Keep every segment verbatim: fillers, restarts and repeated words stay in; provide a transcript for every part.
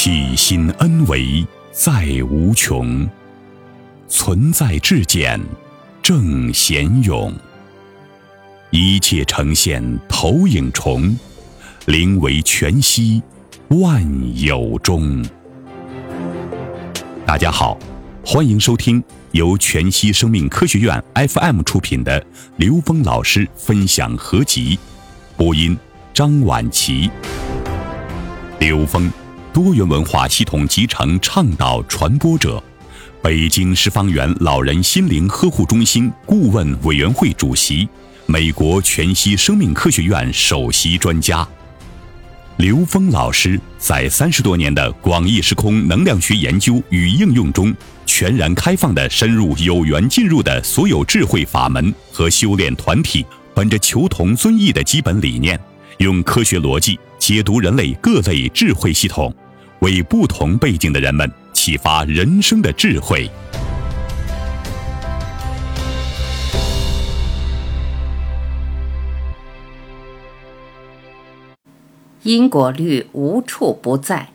体心恩为在无穷，存在至简正贤勇。一切呈现投影重，灵为全息万有中。大家好，欢迎收听由全息生命科学院 F M 出品的刘峰老师分享合集，播音张婉琪。刘峰，多元文化系统集成倡导传播者，北京释放园老人心灵呵护中心顾问委员会主席，美国全息生命科学院首席专家。刘峰老师在三十多年的广义时空能量学研究与应用中，全然开放地深入有缘进入的所有智慧法门和修炼团体，本着求同尊异的基本理念，用科学逻辑解读人类各类智慧系统，为不同背景的人们启发人生的智慧。 因果律无处不在。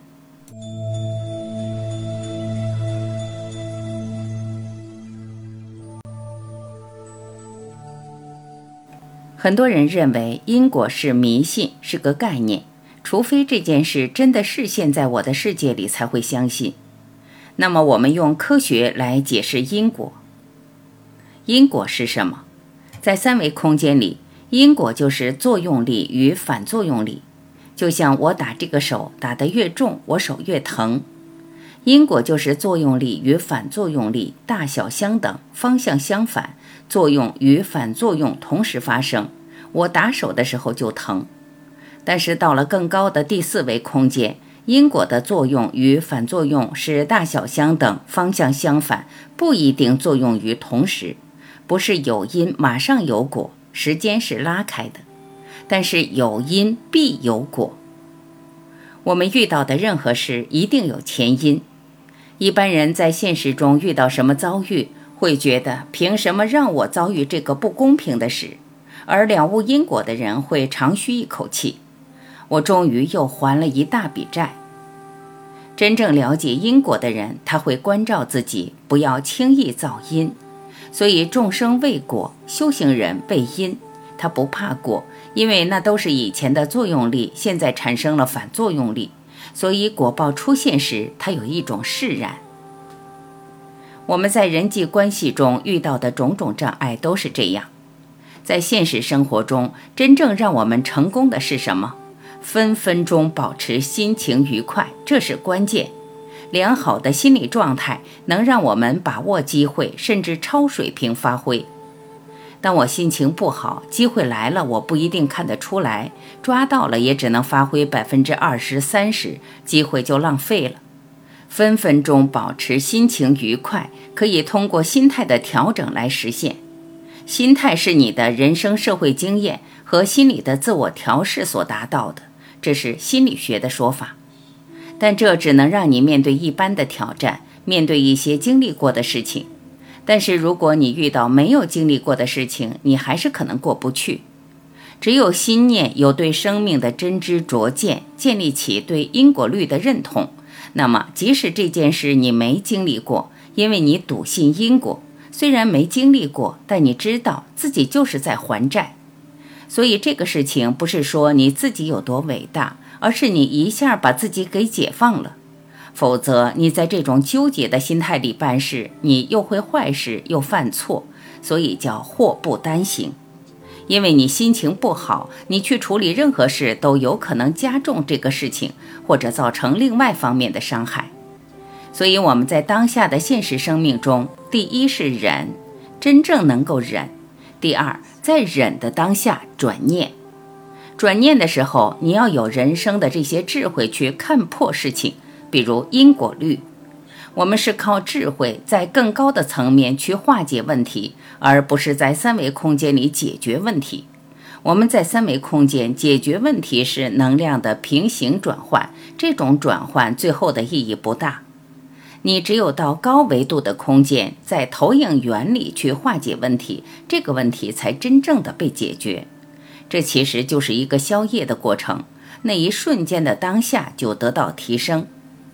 很多人认为因果是迷信，是个概念，除非这件事真的是现在我的世界里才会相信。那么我们用科学来解释因果。因果是什么？在三维空间里，因果就是作用力与反作用力。就像我打这个手，打得越重，我手越疼。因果就是作用力与反作用力大小相等，方向相反，作用与反作用同时发生，我打手的时候就疼。但是到了更高的第四维空间，因果的作用与反作用是大小相等，方向相反，不一定作用于同时，不是有因马上有果，时间是拉开的。但是有因必有果。我们遇到的任何事一定有前因。一般人在现实中遇到什么遭遇，会觉得凭什么让我遭遇这个不公平的事，而了悟因果的人会长吁一口气，我终于又还了一大笔债。真正了解因果的人，他会关照自己，不要轻易造因。所以众生为果，修行人为因。他不怕果，因为那都是以前的作用力，现在产生了反作用力，所以果报出现时，他有一种释然。我们在人际关系中遇到的种种障碍都是这样。在现实生活中，真正让我们成功的是什么？分分钟保持心情愉快，这是关键。良好的心理状态能让我们把握机会，甚至超水平发挥。当我心情不好，机会来了，我不一定看得出来，抓到了也只能发挥百分之二十、三十，机会就浪费了。分分钟保持心情愉快，可以通过心态的调整来实现。心态是你的人生社会经验和心理的自我调试所达到的，这是心理学的说法。但这只能让你面对一般的挑战，面对一些经历过的事情。但是如果你遇到没有经历过的事情，你还是可能过不去。只有心念有对生命的真知灼见，建立起对因果律的认同，那么即使这件事你没经历过，因为你笃信因果，虽然没经历过，但你知道自己就是在还债。所以这个事情不是说你自己有多伟大，而是你一下把自己给解放了。否则你在这种纠结的心态里办事，你又会坏事又犯错，所以叫祸不单行。因为你心情不好，你去处理任何事都有可能加重这个事情，或者造成另外方面的伤害。所以我们在当下的现实生命中，第一是忍，真正能够忍；第二，在忍的当下转念。转念的时候，你要有人生的这些智慧去看破事情，比如因果律。我们是靠智慧在更高的层面去化解问题，而不是在三维空间里解决问题。我们在三维空间解决问题是能量的平行转换，这种转换最后的意义不大。你只有到高维度的空间，在投影原理去化解问题，这个问题才真正的被解决。这其实就是一个消业的过程，那一瞬间的当下就得到提升。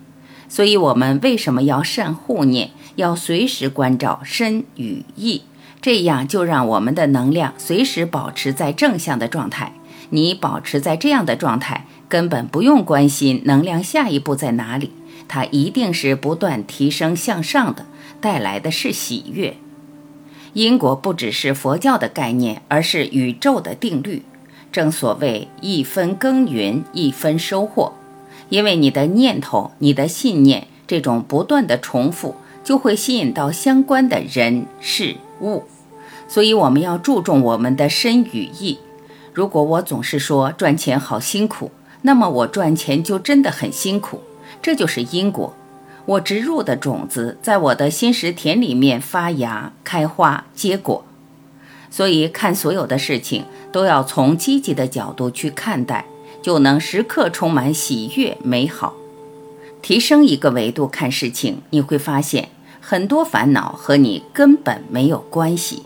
所以我们为什么要善护念，要随时关照身语意，这样就让我们的能量随时保持在正向的状态。你保持在这样的状态，根本不用关心能量下一步在哪里，它一定是不断提升向上的，带来的是喜悦。因果不只是佛教的概念，而是宇宙的定律。正所谓一分耕耘一分收获，因为你的念头，你的信念，这种不断的重复，就会吸引到相关的人事物。所以我们要注重我们的身语意。如果我总是说赚钱好辛苦，那么我赚钱就真的很辛苦，这就是因果。我植入的种子在我的心识田里面发芽、开花、结果。所以看所有的事情都要从积极的角度去看待，就能时刻充满喜悦美好。提升一个维度看事情，你会发现很多烦恼和你根本没有关系。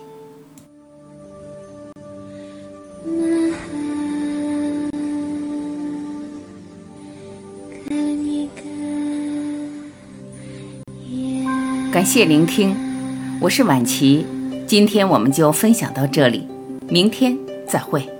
感谢聆听，我是婉琪，今天我们就分享到这里，明天再会。